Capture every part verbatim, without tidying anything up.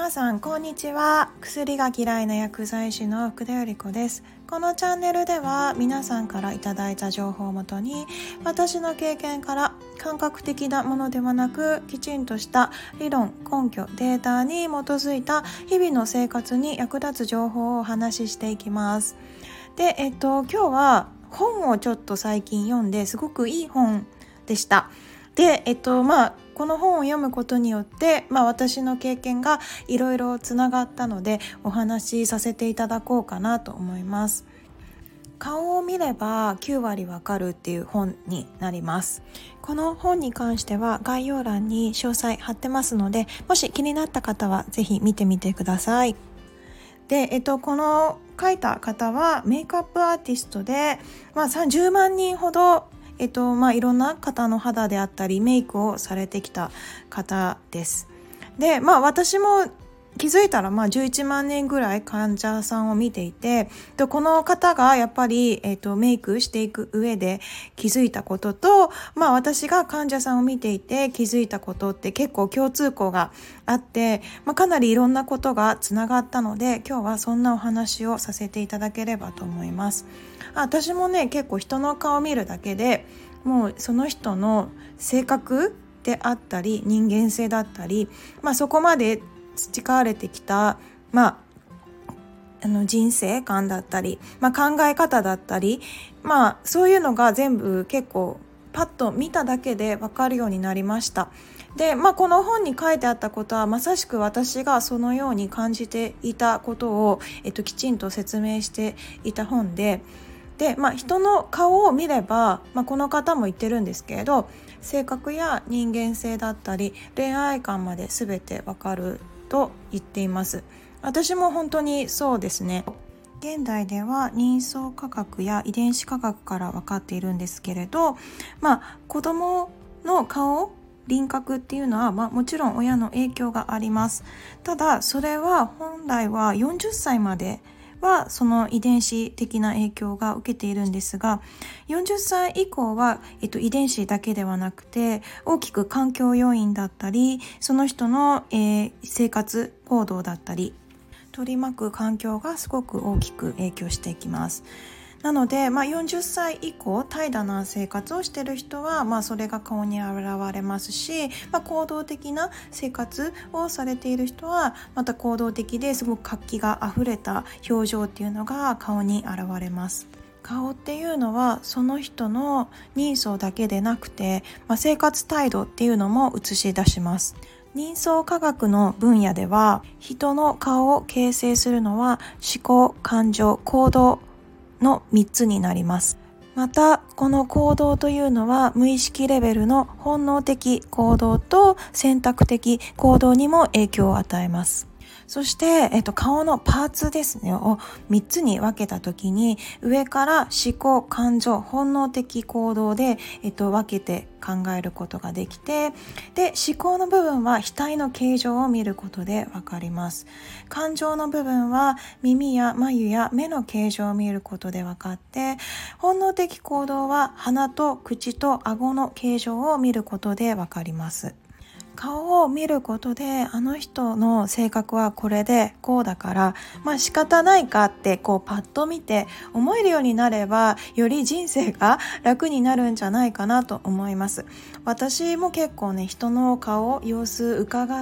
皆さんこんにちは。薬が嫌いな薬剤師の福田由里子です。このチャンネルでは皆さんからいただいた情報をもとに、私の経験から感覚的なものではなく、きちんとした理論、根拠、データに基づいた日々の生活に役立つ情報をお話ししていきます。で、えっと今日は本をちょっと最近読んですごくいい本でした。で、えっとまあこの本を読むことによって、まあ、私の経験がいろいろつながったのでお話しさせていただこうかなと思います。顔を見ればきゅうわりわかるっていう本になります。この本に関しては概要欄に詳細貼ってますので、もし気になった方はぜひ見てみてください。で、えっと、この書いた方はメイクアップアーティストで、まあ、じゅうまんにんほどえっとまあ、いろんな方の肌であったりメイクをされてきた方です。で、まあ私も気づいたらまあじゅういちまんにんぐらい患者さんを見ていて、でこの方がやっぱり、えっと、メイクしていく上で気づいたことと、まあ私が患者さんを見ていて気づいたことって結構共通項があって、まあ、かなりいろんなことがつながったので、今日はそんなお話をさせていただければと思います。私もね、結構人の顔を見るだけでもうその人の性格であったり人間性だったり、まあ、そこまで培われてきた、まあ、あの人生観だったり、まあ、考え方だったり、まあ、そういうのが全部結構パッと見ただけで分かるようになりました。で、まあ、この本に書いてあったことはまさしく私がそのように感じていたことを、えっと、きちんと説明していた本で、で、まあ、人の顔を見れば、まあ、この方も言ってるんですけれど、性格や人間性だったり恋愛観まで全てわかると言っています。私も本当にそうですね。現代では人相科学や遺伝子科学から分かっているんですけれど、まあ、子供の顔輪郭っていうのは、まあ、もちろん親の影響があります。ただそれは本来はよんじゅっさいまではその遺伝子的な影響が受けているんですが、よんじゅっさい以降は、えっと、遺伝子だけではなくて大きく環境要因だったり、その人の、えー、生活行動だったり取り巻く環境がすごく大きく影響していきます。なので、まあ、よんじゅっさい以降怠惰な生活をしている人は、まあ、それが顔に現れますし、まあ、行動的な生活をされている人はまた行動的ですごく活気があふれた表情っていうのが顔に現れます。顔っていうのはその人の人相だけでなくて、まあ、生活態度っていうのも映し出します。人相科学の分野では、人の顔を形成するのは思考、感情、行動のみっつになります。またこの行動というのは無意識レベルの本能的行動と選択的行動にも影響を与えます。そして、えっと、顔のパーツですねをみっつに分けたときに、上から思考、感情、本能的行動で、えっと、分けて考えることができて、で、思考の部分は額の形状を見ることで分かります。感情の部分は耳や眉や目の形状を見ることで分かって、本能的行動は鼻と口と顎の形状を見ることで分かります。顔を見ることで、あの人の性格はこれでこうだから、まあ仕方ないかってこうパッと見て思えるようになれば、より人生が楽になるんじゃないかなと思います。私も結構ね、人の顔、様子伺って、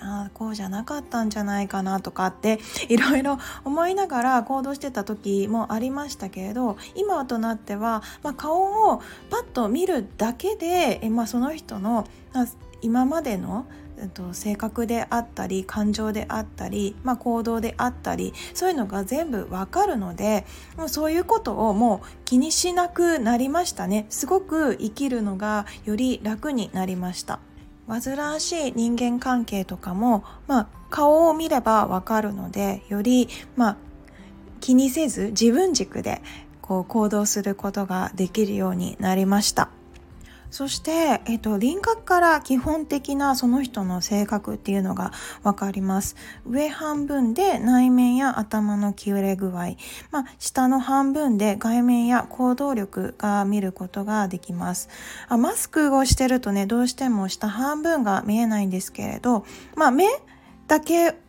ああこうじゃなかったんじゃないかなとかっていろいろ思いながら行動してた時もありましたけれど、今となっては、まあ、顔をパッと見るだけで、え、まあ、その人の今までの性格であったり感情であったり、まあ、行動であったり、そういうのが全部わかるので、もうそういうことをもう気にしなくなりましたね。すごく生きるのがより楽になりました。煩わしい人間関係とかも、まあ、顔を見ればわかるので、より、まあ、気にせず自分軸でこう行動することができるようになりました。そして、えっと、輪郭から基本的なその人の性格っていうのがわかります。上半分で内面や頭の切れ具合、まあ、下の半分で外面や行動力が見ることができます。あ、マスクをしてるとね、どうしても下半分が見えないんですけれど、まあ、目だけ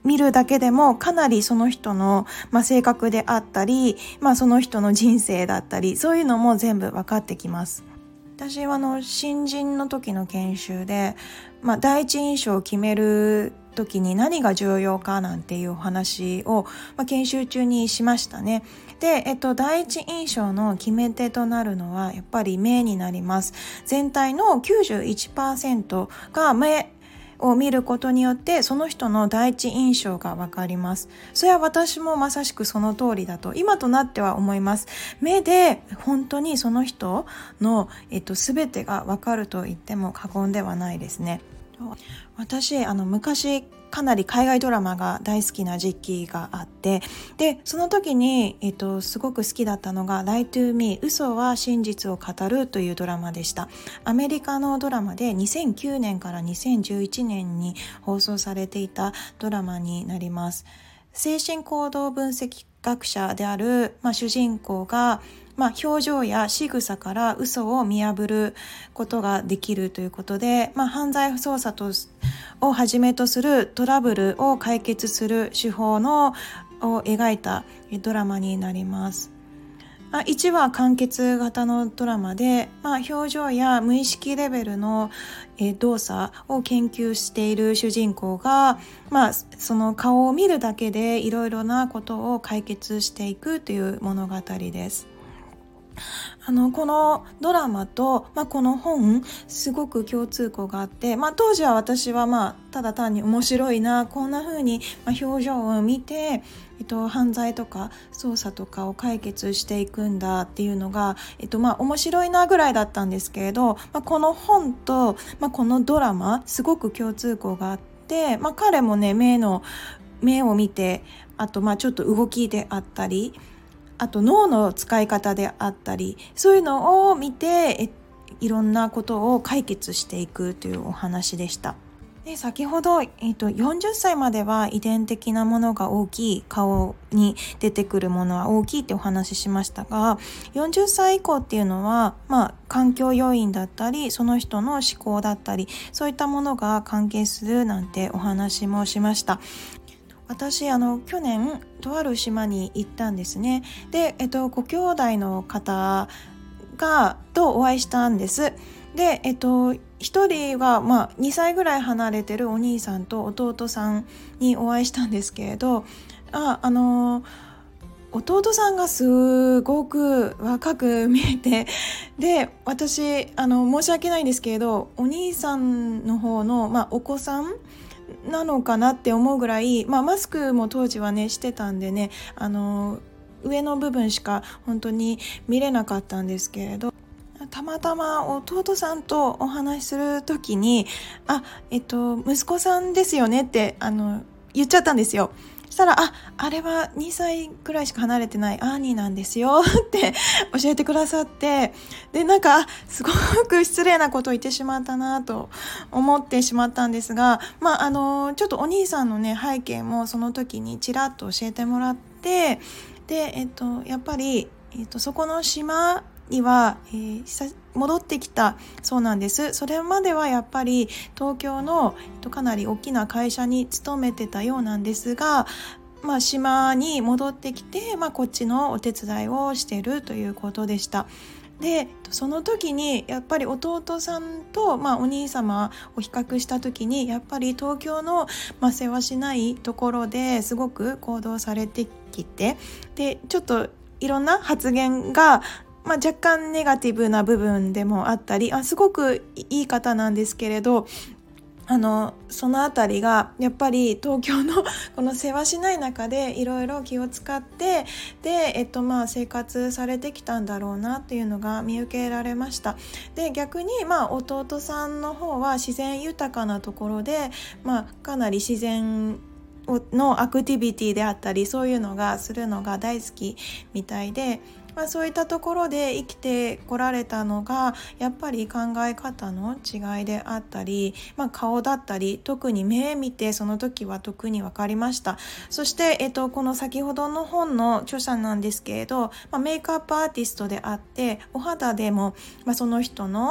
見るだけでもかなりその人の、まあ、性格であったり、まあ、その人の人生だったり、そういうのも全部分かってきます。私はあの新人の時の研修で、まあ、第一印象を決める時に何が重要かなんていうお話を、まあ、研修中にしましたね。で、えっと、第一印象の決め手となるのはやっぱり目になります。全体の きゅうじゅういちパーセント が目を見ることによってその人の第一印象がわかります。それは私もまさしくその通りだと今となっては思います。目で本当にその人の、えっと、全てがわかると言っても過言ではないですね。私あの昔かなり海外ドラマが大好きな時期があって、でその時に、えっと、すごく好きだったのが Lie to Me 嘘は真実を語るというドラマでした。アメリカのドラマでにせんきゅうねんからにせんじゅういちねんに放送されていたドラマになります。精神行動分析学者である、まあ、主人公がまあ、表情や仕草から嘘を見破ることができるということで、まあ、犯罪捜査とをはじめとするトラブルを解決する手法のを描いたドラマになります。いちわ完結型のドラマで、まあ、表情や無意識レベルの動作を研究している主人公が、まあ、その顔を見るだけでいろいろなことを解決していくという物語です。あのこのドラマと、まあ、この本すごく共通項があって、まあ、当時は私は、まあ、ただ単に面白いな、こんな風に、まあ、表情を見て、えっと、犯罪とか捜査とかを解決していくんだっていうのが、えっとまあ、面白いなぐらいだったんですけれど、まあ、この本と、まあ、このドラマすごく共通項があって、まあ、彼もね目の目を見て、あとまあちょっと動きであったり、あと脳の使い方であったり、そういうのを見ていろんなことを解決していくというお話でした。で先ほど、えーと、よんじゅっさいまでは遺伝的なものが大きい、顔に出てくるものは大きいってお話ししましたが、よんじゅっさい以降っていうのは、まあ、環境要因だったりその人の思考だったり、そういったものが関係するなんてお話もしました。私あの去年とある島に行ったんですね。で、えっと、ご兄弟の方がとお会いしたんです。で、えっと、一人は、まあ、にさいぐらい離れてるお兄さんと弟さんにお会いしたんですけれど、あ、あの弟さんがすごく若く見えて、で私あの申し訳ないんですけれど、お兄さんの方の、まあ、お子さんなのかなって思うぐらい、まあ、マスクも当時はねしてたんでね、あの上の部分しか本当に見れなかったんですけれど、たまたま弟さんとお話しするときに、あ、えっと息子さんですよねってあの言っちゃったんですよ。そしたら、あ、あれはにさいくらいしか離れてない兄なんですよって教えてくださって、でなんかすごく失礼なことを言ってしまったなと思ってしまったんですが、まああのちょっとお兄さんのね背景もその時にちらっと教えてもらって、でえっとやっぱり、えっと、そこの島には、えー、戻ってきたそうなんです。それまではやっぱり東京のかなり大きな会社に勤めてたようなんですが、まあ、島に戻ってきて、まあ、こっちのお手伝いをしているということでした。でその時にやっぱり弟さんと、まあ、お兄様を比較した時に、やっぱり東京の、まあ、世話しないところですごく行動されてきて、でちょっといろんな発言がまあ、若干ネガティブな部分でもあったり、あすごくいい方なんですけれど、あのそのあたりがやっぱり東京のこの世話しない中でいろいろ気を使ってで、えっとまあ、生活されてきたんだろうなっていうのが見受けられました。で逆に、まあ、弟さんの方は自然豊かなところで、まあ、かなり自然のアクティビティであったり、そういうのがするのが大好きみたいで、まあ、そういったところで生きてこられたのがやっぱり考え方の違いであったり、まあ、顔だったり、特に目見てその時は特に分かりました。そして、えっと、この先ほどの本の著者なんですけれど、まあ、メイクアップアーティストであって、お肌でも、まあ、その人の、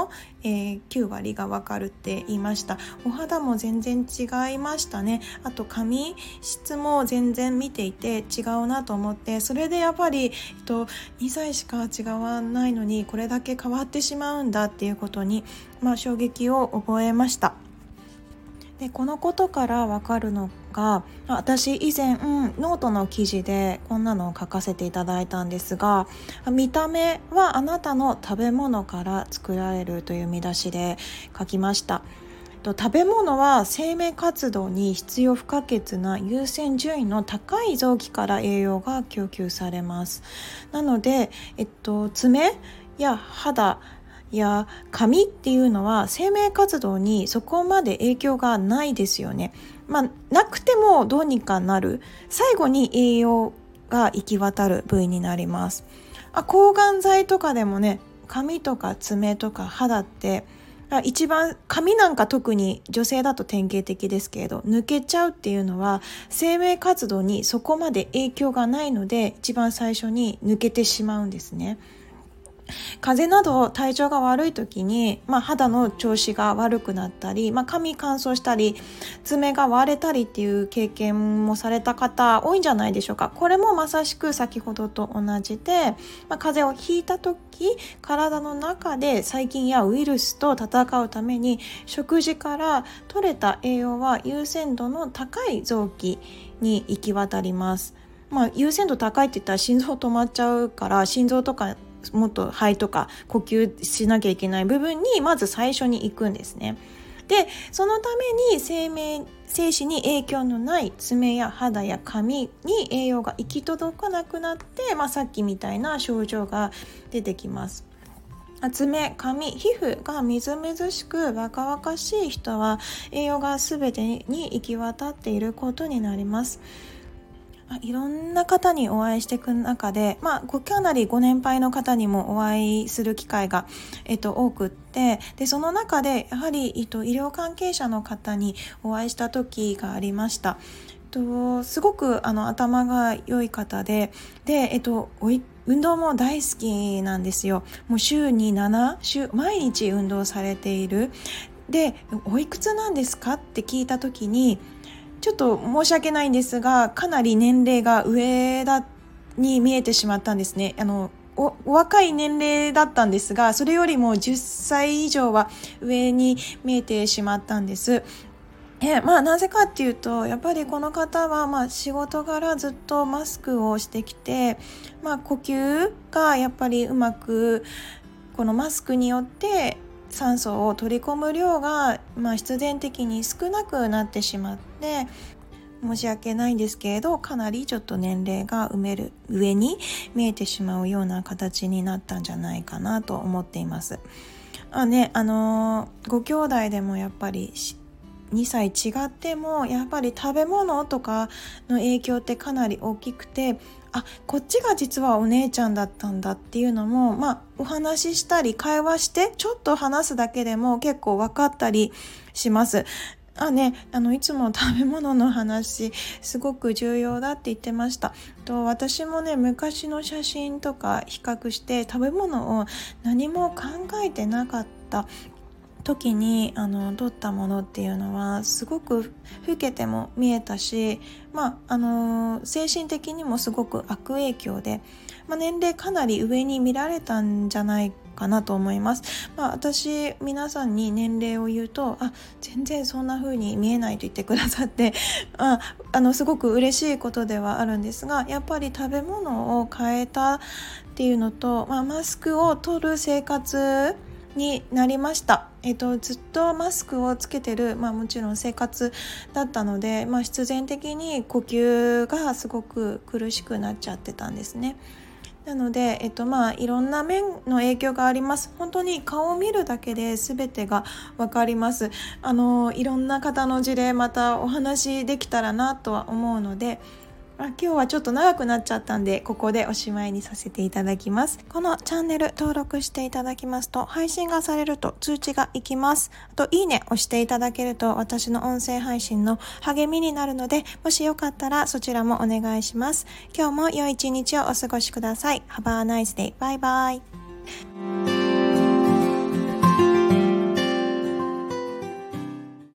えー、きゅうわりがわかるって言いました。お肌も全然違いましたね。あと髪質も全然見ていて違うなと思って、それでやっぱり、えっと、にさいしか違わないのにこれだけ変わってしまうんだっていうことに、まあ、衝撃を覚えました。でこのことから分かるのが、私以前、うん、ノートの記事でこんなのを書かせていただいたんですが、見た目はあなたの食べ物から作られるという見出しで書きました。食べ物は生命活動に必要不可欠な優先順位の高い臓器から栄養が供給されます。なので、えっと、爪や肌や髪っていうのは生命活動にそこまで影響がないですよね。まあ、なくてもどうにかなる、最後に栄養が行き渡る部位になります。あ、抗がん剤とかでもね、髪とか爪とか肌って一番、髪なんか特に女性だと典型的ですけれど、抜けちゃうっていうのは生命活動にそこまで影響がないので、一番最初に抜けてしまうんですね。風邪など体調が悪い時に、まあ、肌の調子が悪くなったり、まあ、髪乾燥したり爪が割れたりっていう経験もされた方多いんじゃないでしょうか。これもまさしく先ほどと同じで、まあ、風邪をひいた時体の中で細菌やウイルスと戦うために食事から取れた栄養は優先度の高い臓器に行き渡ります。まあ、優先度高いって言ったら心臓止まっちゃうから、心臓とかもっと肺とか呼吸しなきゃいけない部分にまず最初に行くんですね。でそのために生命精子に影響のない爪や肌や髪に栄養が行き届かなくなって、まあ、さっきみたいな症状が出てきます。爪、髪、皮膚がみずみずしく若々しい人は栄養が全てに行き渡っていることになります。いろんな方にお会いしていく中で、まあ、かなりご年配の方にもお会いする機会が、えっと、多くって、でその中でやはり、えっと、医療関係者の方にお会いした時がありました。えっと、すごくあの頭が良い方で、で、えっと、おい運動も大好きなんですよ。もう週になな週毎日運動されている。で、おいくつなんですかって聞いた時に、ちょっと申し訳ないんですが、かなり年齢が上だに見えてしまったんですね。あのおお若い年齢だったんですが、それよりもじゅっさい以上は上に見えてしまったんです。えまあ、なぜかっていうと、やっぱりこの方はまあ仕事柄ずっとマスクをしてきて、まあ、呼吸がやっぱりうまくこのマスクによって酸素を取り込む量が、まあ、必然的に少なくなってしまって、申し訳ないんですけれど、かなりちょっと年齢が埋める上に見えてしまうような形になったんじゃないかなと思っています。あ、ね、あのー、ご兄弟でもやっぱりにさい違ってもやっぱり食べ物とかの影響ってかなり大きくて、あ、こっちが実はお姉ちゃんだったんだっていうのも、まあ、お話ししたり会話してちょっと話すだけでも結構分かったりします。あね、あのいつも食べ物の話すごく重要だって言ってました。と私もね、昔の写真とか比較して食べ物を何も考えてなかった時にあの撮ったものっていうのはすごく老けても見えたし、まあ、あの精神的にもすごく悪影響で、まあ、年齢かなり上に見られたんじゃないかなと思います。まあ、私皆さんに年齢を言うと、あ、全然そんな風に見えないと言ってくださってああのすごく嬉しいことではあるんですが、やっぱり食べ物を変えたっていうのと、まあ、マスクを取る生活になりました。えっと、ずっとマスクをつけてる、まあ、もちろん生活だったので、まあ、必然的に呼吸がすごく苦しくなっちゃってたんですね。なので、えっとまあ、いろんな面の影響があります。本当に顔を見るだけで全てが分かります。あのいろんな方の事例またお話できたらなとは思うので、あ今日はちょっと長くなっちゃったんで、ここでおしまいにさせていただきます。このチャンネル登録していただきますと、配信がされると通知がいきます。あといいね押していただけると私の音声配信の励みになるので、もしよかったらそちらもお願いします。今日も良い一日をお過ごしください。Have a nice day. Bye bye.